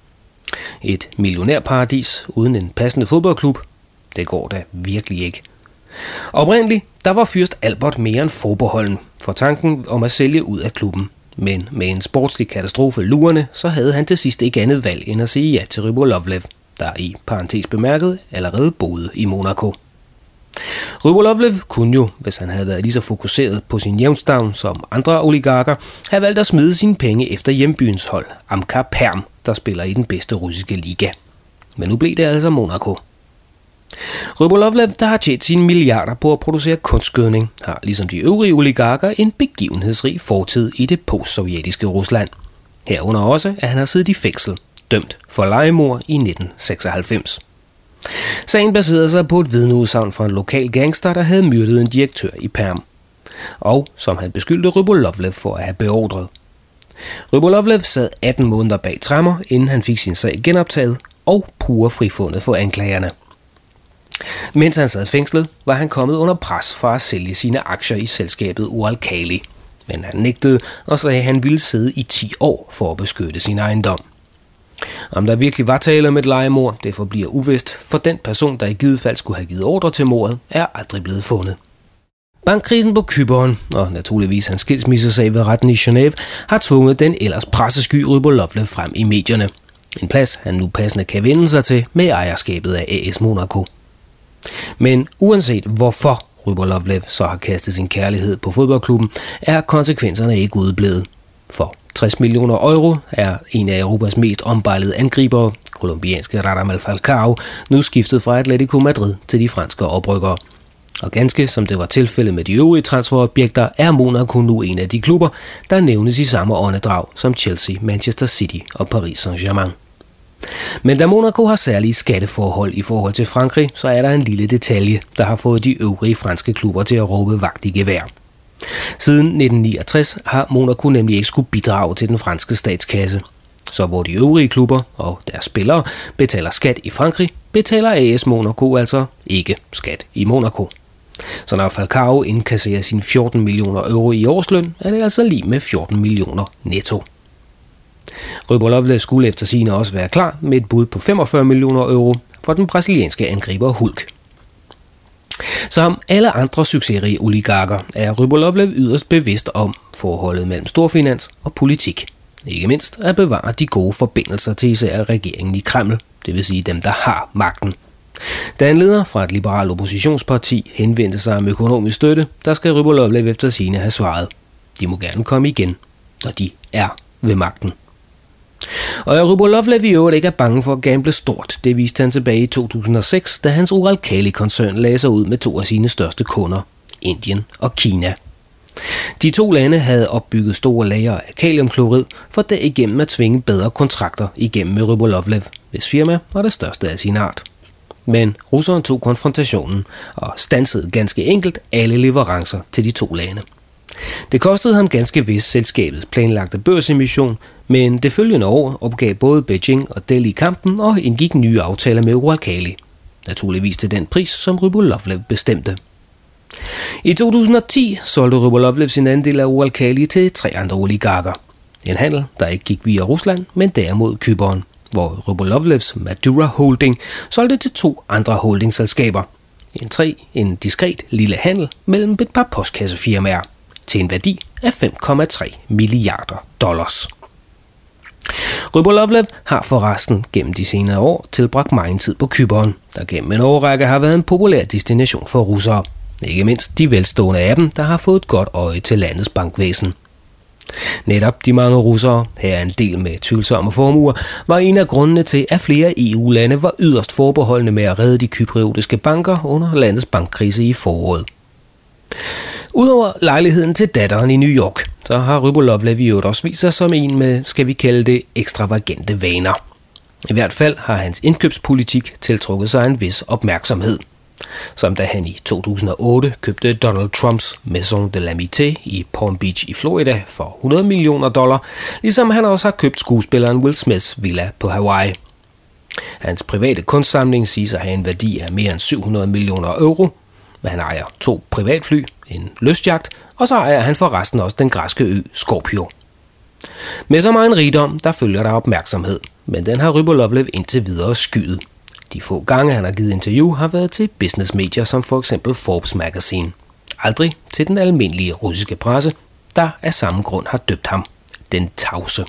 Et millionærparadis uden en passende fodboldklub, det går da virkelig ikke. Oprindeligt, der var fyrst Albert mere end forbeholden for tanken om at sælge ud af klubben, men med en sportslig katastrofe lurende, så havde han til sidst ikke andet valg end at sige ja til Rybolovlev, der i parentes bemærket allerede boede i Monaco. Rybolovlev kunne jo, hvis han havde været lige så fokuseret på sin jævnstavn som andre oligarker, have valgt at smide sine penge efter hjembyens hold, Amkar Perm, der spiller i den bedste russiske liga. Men nu blev det altså Monaco. Rybolovlev, der har tjent sine milliarder på at producere kunstgødning, har ligesom de øvrige oligarker en begivenhedsrig fortid i det postsovjetiske Rusland. Herunder også, at han har siddet i fængsel, dømt for legemord i nitten seksoghalvfems. Sagen baserede sig på et vidneudsagn fra en lokal gangster, der havde myrdet en direktør i Perm, og som han beskyldte Rybolovlev for at have beordret. Rybolovlev sad atten måneder bag tremmer, inden han fik sin sag genoptaget og pure frifundet for anklagerne. Mens han sad fængslet, var han kommet under pres for at sælge sine aktier i selskabet Uralkali, men han nægtede og sagde, at han ville sidde i ti år for at beskytte sin ejendom. Om der virkelig var tale om et legemord, det forbliver uvist, for den person, der i givet fald skulle have givet ordre til mordet, er aldrig blevet fundet. Bankkrisen på Cypern, og naturligvis hans skilsmissesag ved retten i Genève, har tvunget den ellers pressesky Rybolovlev frem i medierne. En plads, han nu passende kan vende sig til med ejerskabet af A S Monaco. Men uanset hvorfor Rybolovlev så har kastet sin kærlighed på fodboldklubben, er konsekvenserne ikke udeblevet. For tres millioner euro er en af Europas mest ombejlede angribere, kolumbianske Radamel Falcao, nu skiftet fra Atletico Madrid til de franske oprykkere. Og ganske som det var tilfældet med de øvrige transferobjekter, er Monaco nu en af de klubber, der nævnes i samme åndedrag som Chelsea, Manchester City og Paris Saint-Germain. Men da Monaco har særlige skatteforhold i forhold til Frankrig, så er der en lille detalje, der har fået de øvrige franske klubber til at råbe vagt i gevær. Siden nitten niogtres har Monaco nemlig ikke skulle bidrage til den franske statskasse. Så hvor de øvrige klubber og deres spillere betaler skat i Frankrig, betaler A S Monaco altså ikke skat i Monaco. Så når Falcao indkasserer sine fjorten millioner euro i årsløn, er det altså lige med fjorten millioner netto. Rybolovlev skulle efter sigende også være klar med et bud på femogfyrre millioner euro for den brasilianske angriber Hulk. Som alle andre succesrige oligarker er Rybolovlev yderst bevidst om forholdet mellem storfinans og politik. Ikke mindst at bevare de gode forbindelser til især regeringen i Kreml, det vil sige dem, der har magten. Da en leder fra et liberalt oppositionsparti henvendte sig om økonomisk støtte, der skal Rybolovlev efter sigende have svaret: de må gerne komme igen, når de er ved magten. Og at Rybolovlev i øvrigt ikke er bange for at gamble stort, det viste han tilbage i to tusind og seks, da hans Uralkali-koncern lagde sig ud med to af sine største kunder, Indien og Kina. De to lande havde opbygget store lagre af kaliumklorid for derigennem at tvinge bedre kontrakter igennem med Rybolovlev, hvis firma var det største af sin art. Men russeren tog konfrontationen og standsede ganske enkelt alle leverancer til de to lande. Det kostede ham ganske vist selskabets planlagte børsemission, men det følgende år opgav både Beijing og Delhi kampen og indgik nye aftaler med Uralkali. Naturligvis til den pris, som Rybolovlev bestemte. I to tusind og ti solgte Rybolovlev sin andel af Uralkali til tre andre oligarker. En handel, der ikke gik via Rusland, men derimod Cypern, hvor Rybolovlevs Madura Holding solgte til to andre holdingselskaber. En tre, en diskret lille handel mellem et par postkassefirmaer til en værdi af fem komma tre milliarder dollars. Rybolovlev har forresten gennem de senere år tilbragt megen tid på Cypern, der gennem en årrække har været en populær destination for russere. Ikke mindst de velstående af dem, der har fået et godt øje til landets bankvæsen. Netop de mange russere, her er en del med tvivlsomme formuer, var en af grundene til, at flere E U-lande var yderst forbeholdne med at redde de cypriotiske banker under landets bankkrise i foråret. Udover lejligheden til datteren i New York, så har Rybolovlev i øvrigt også vist sig som en med, skal vi kalde det, ekstravagante vaner. I hvert fald har hans indkøbspolitik tiltrukket sig en vis opmærksomhed. Som da han i to tusind og otte købte Donald Trumps Maison de l'Amité i Palm Beach i Florida for hundrede millioner dollar, ligesom han også har købt skuespilleren Will Smiths villa på Hawaii. Hans private kunstsamling siges at have en værdi af mere end syv hundrede millioner euro, men han ejer to privatfly, en lystjagt, og så ejer han forresten også den græske ø Skorpio. Med så meget rigdom, der følger der opmærksomhed, men den har Rybolovlev indtil videre skyet. De få gange, han har givet interview, har været til businessmedier som for eksempel Forbes Magazine. Aldrig til den almindelige russiske presse, der af samme grund har døbt ham den tavse.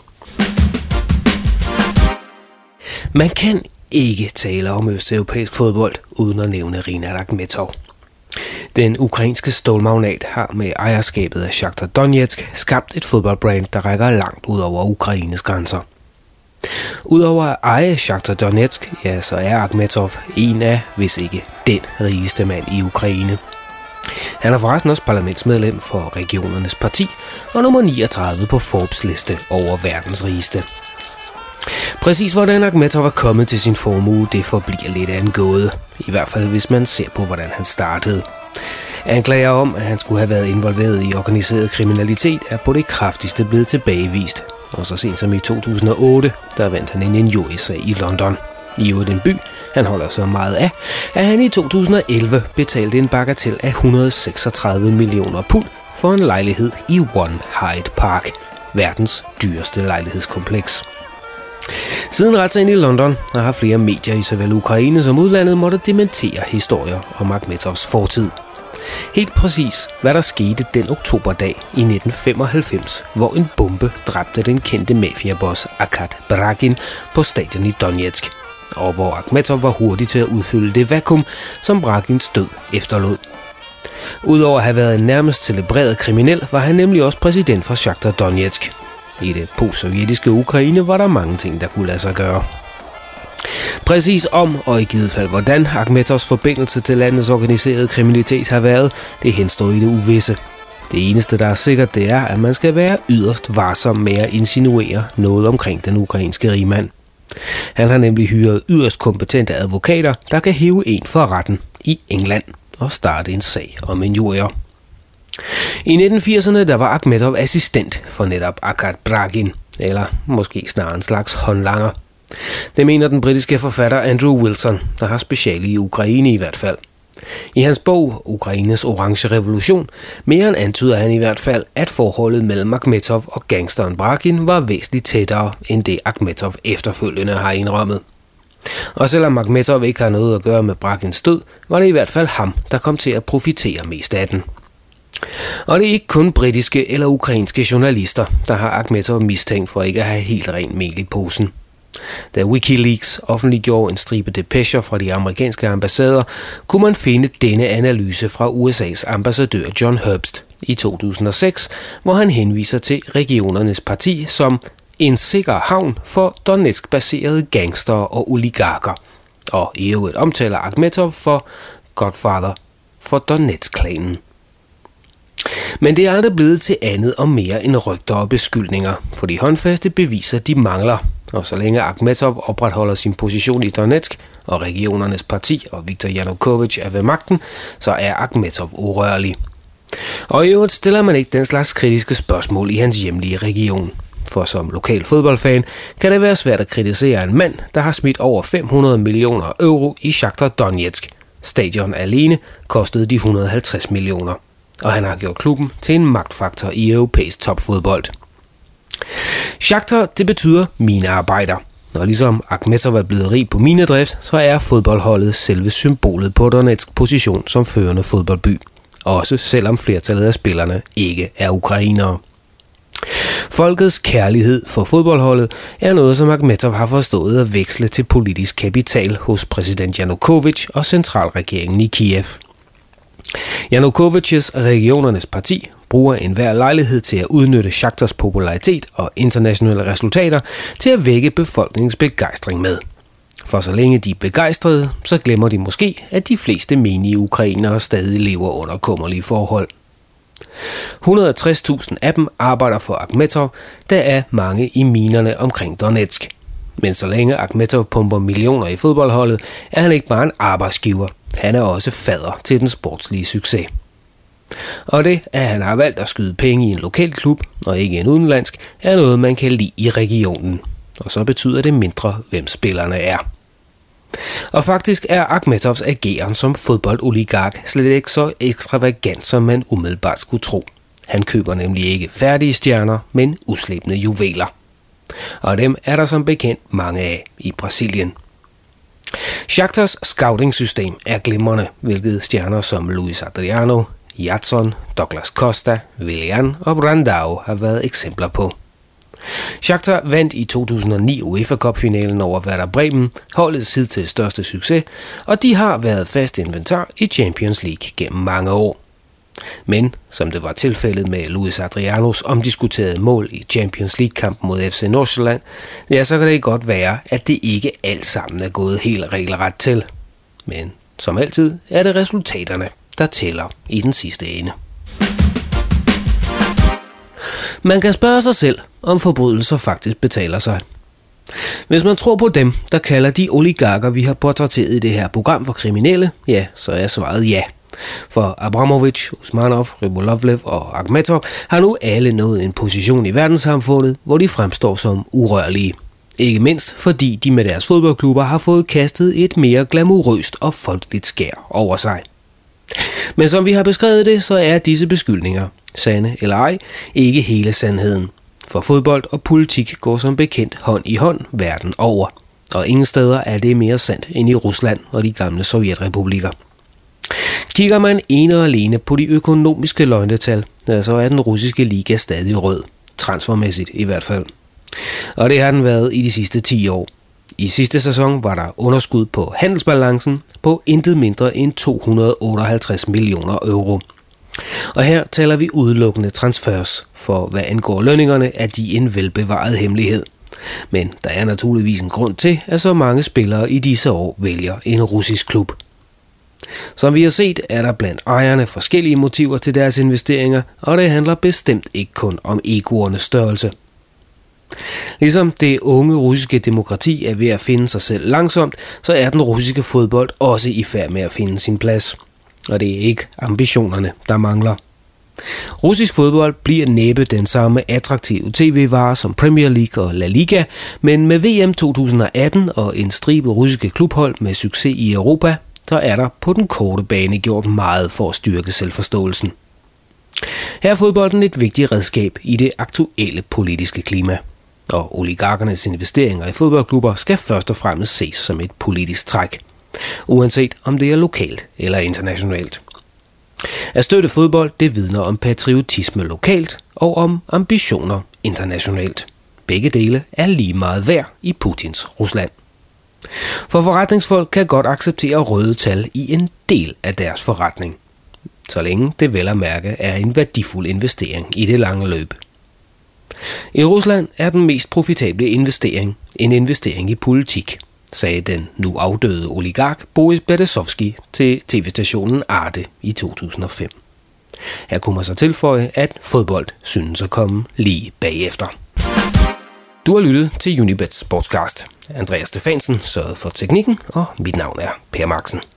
Man kan ikke tale om østeuropæisk fodbold uden at nævne Rinat Akhmetov. Den ukrainske stålmagnat har med ejerskabet af Shakhtar Donetsk skabt et fodboldbrand, der rækker langt ud over Ukraines grænser. Udover at eje Shakhtar Donetsk, ja, så er Akhmetov en af, hvis ikke den rigeste mand i Ukraine. Han er forresten også parlamentsmedlem for regionernes parti og nummer niogtredive på Forbes liste over verdens rigeste. Præcis hvordan Akhmetov er kommet til sin formue, det forbliver lidt af en gåde. I hvert fald hvis man ser på, hvordan han startede. Anklager om, at han skulle have været involveret i organiseret kriminalitet, er på det kraftigste blevet tilbagevist. Og så sent som i to tusind og otte, der vandt han en injuriesag i London. I øvrigt en by, han holder så meget af, at han i to tusind og elleve betalte en bagatel af et hundrede og seksogtredive millioner pund for en lejlighed i One Hyde Park, verdens dyreste lejlighedskompleks. Siden retssagen i London har flere medier i såvel Ukraine som udlandet måtte dementere historier om Akhmetovs fortid. Helt præcis, hvad der skete den oktoberdag i nitten femoghalvfems, hvor en bombe dræbte den kendte mafiaboss Akat Bragin på stadion i Donetsk, og hvor Akhmetov var hurtig til at udfylde det vakuum, som Bragins død efterlod. Udover at have været en nærmest celebreret kriminel, var han nemlig også præsident for Shakhtar Donetsk. I det postsovjetiske Ukraine var der mange ting, der kunne lade sig gøre. Præcis om og i givet fald hvordan Akhmetovs forbindelse til landets organiserede kriminalitet har været, det henstår i det uvisse. Det eneste, der er sikkert, det er, at man skal være yderst varsom med at insinuere noget omkring den ukrainske rigmand. Han har nemlig hyret yderst kompetente advokater, der kan hæve en for retten i England og starte en sag om injurier. I nitten firserne der var Akhmetov assistent for netop Akat Bragin, eller måske snarere en slags håndlanger. Det mener den britiske forfatter Andrew Wilson, der har speciale i Ukraine i hvert fald. I hans bog, Ukraines orange revolution, mere end antyder han i hvert fald, at forholdet mellem Akhmetov og gangsteren Brakin var væsentligt tættere, end det Akhmetov efterfølgende har indrømmet. Og selvom Akhmetov ikke har noget at gøre med Brakins død, var det i hvert fald ham, der kom til at profitere mest af den. Og det er ikke kun britiske eller ukrainske journalister, der har Akhmetov mistænkt for ikke at have helt rent mel i posen. Da WikiLeaks offentliggjorde en stribe depecher fra de amerikanske ambassader, kunne man finde denne analyse fra U S A's ambassadør John Herbst i to tusind og seks, hvor han henviser til regionernes parti som en sikker havn for Donetsk-baserede gangster og oligarker, og i øvrigt omtaler Akhmetov for Godfather for Donetsk-klanen. Men det er aldrig blevet til andet og mere end rygter og beskyldninger, for de håndfaste beviser de mangler, og så længe Akhmetov opretholder sin position i Donetsk, og regionernes parti og Viktor Yanukovych er ved magten, så er Akhmetov urørlig. Og i øvrigt stiller man ikke den slags kritiske spørgsmål i hans hjemlige region. For som lokal fodboldfan kan det være svært at kritisere en mand, der har smidt over fem hundrede millioner euro i Shakhtar Donetsk. Stadion alene kostede de et hundrede og halvtreds millioner, og han har gjort klubben til en magtfaktor i europæisk topfodbold. Shakhtar, det betyder minearbejder, og ligesom Akhmetov er blevet rig på minedrift, så er fodboldholdet selve symbolet på Donetsk position som førende fodboldby, også selvom flertallet af spillerne ikke er ukrainere. Folkets kærlighed for fodboldholdet er noget, som Akhmetov har forstået at veksle til politisk kapital hos præsident Yanukovych og centralregeringen i Kiev. Yanukovychs regionernes parti bruger enhver lejlighed til at udnytte Shakhtars popularitet og internationale resultater til at vække befolkningens begejstring med. For så længe de er begejstrede, så glemmer de måske, at de fleste menige ukrainere stadig lever under kummerlige forhold. et hundrede og tres tusind af dem arbejder for Akhmetov, der er mange i minerne omkring Donetsk. Men så længe Akhmetov pumper millioner i fodboldholdet, er han ikke bare en arbejdsgiver. Han er også fader til den sportslige succes. Og det, at han har valgt at skyde penge i en lokal klub og ikke en udenlandsk, er noget, man kan lide i regionen. Og så betyder det mindre, hvem spillerne er. Og faktisk er Akhmetovs ageren som fodboldoligark slet ikke så ekstravagant, som man umiddelbart skulle tro. Han køber nemlig ikke færdige stjerner, men uslebne juveler. Og dem er der som bekendt mange af i Brasilien. Shakhtars scouting-system er glimrende, hvilket stjerner som Luis Adriano, Jadson, Douglas Costa, Willian og Brandao har været eksempler på. Shakhtar vandt i to tusind og ni UEFA Cup-finalen over Werder Bremen, holdets hidtil største succes, og de har været fast inventar i Champions League gennem mange år. Men, som det var tilfældet med Luis Adrianos omdiskuterede mål i Champions League-kampen mod F C Nordsjælland, ja, så kan det godt være, at det ikke alt sammen er gået helt regelret til. Men som altid er det resultaterne, der tæller i den sidste ende. Man kan spørge sig selv, om forbrydelser faktisk betaler sig. Hvis man tror på dem, der kalder de oligarker, vi har portrætteret i det her program for kriminelle, ja, så er svaret ja. For Abramovich, Usmanov, Rybolovlev og Akhmetov har nu alle nået en position i verdenssamfundet, hvor de fremstår som urørlige. Ikke mindst fordi de med deres fodboldklubber har fået kastet et mere glamourøst og folkeligt skær over sig. Men som vi har beskrevet det, så er disse beskyldninger, sande eller ej, ikke hele sandheden. For fodbold og politik går som bekendt hånd i hånd verden over. Og ingen steder er det mere sandt end i Rusland og de gamle sovjetrepublikker. Kigger man ene og alene på de økonomiske løgnetal, så er den russiske liga stadig rød, transfermæssigt i hvert fald. Og det har den været i de sidste ti år. I sidste sæson var der underskud på handelsbalancen på intet mindre end to hundrede og otteoghalvtreds millioner euro. Og her taler vi udelukkende transfers, for hvad angår lønningerne er de en velbevaret hemmelighed. Men der er naturligvis en grund til, at så mange spillere i disse år vælger en russisk klub. Som vi har set, er der blandt ejerne forskellige motiver til deres investeringer, og det handler bestemt ikke kun om egoernes størrelse. Ligesom det unge russiske demokrati er ved at finde sig selv langsomt, så er den russiske fodbold også i færd med at finde sin plads. Og det er ikke ambitionerne, der mangler. Russisk fodbold bliver næppe den samme attraktive tv-vare som Premier League og La Liga, men med V M to tusind atten og en stribe russiske klubhold med succes i Europa, så er der på den korte bane gjort meget for at styrke selvforståelsen. Her er fodbolden et vigtigt redskab i det aktuelle politiske klima, og oligarkernes investeringer i fodboldklubber skal først og fremmest ses som et politisk træk, uanset om det er lokalt eller internationalt. At støtte fodbold, det vidner om patriotisme lokalt og om ambitioner internationalt. Begge dele er lige meget værd i Putins Rusland. For forretningsfolk kan godt acceptere røde tal i en del af deres forretning, så længe det vel at mærke er en værdifuld investering i det lange løb. I Rusland er den mest profitable investering en investering i politik, sagde den nu afdøde oligark Boris Berezovsky til tv-stationen Arte i to tusind og fem. Her kunne man så tilføje, at fodbold synes at komme lige bagefter. Du har lyttet til Unibet Sportscast. Andreas Stefansen sørgede for teknikken, og mit navn er Per Marksen.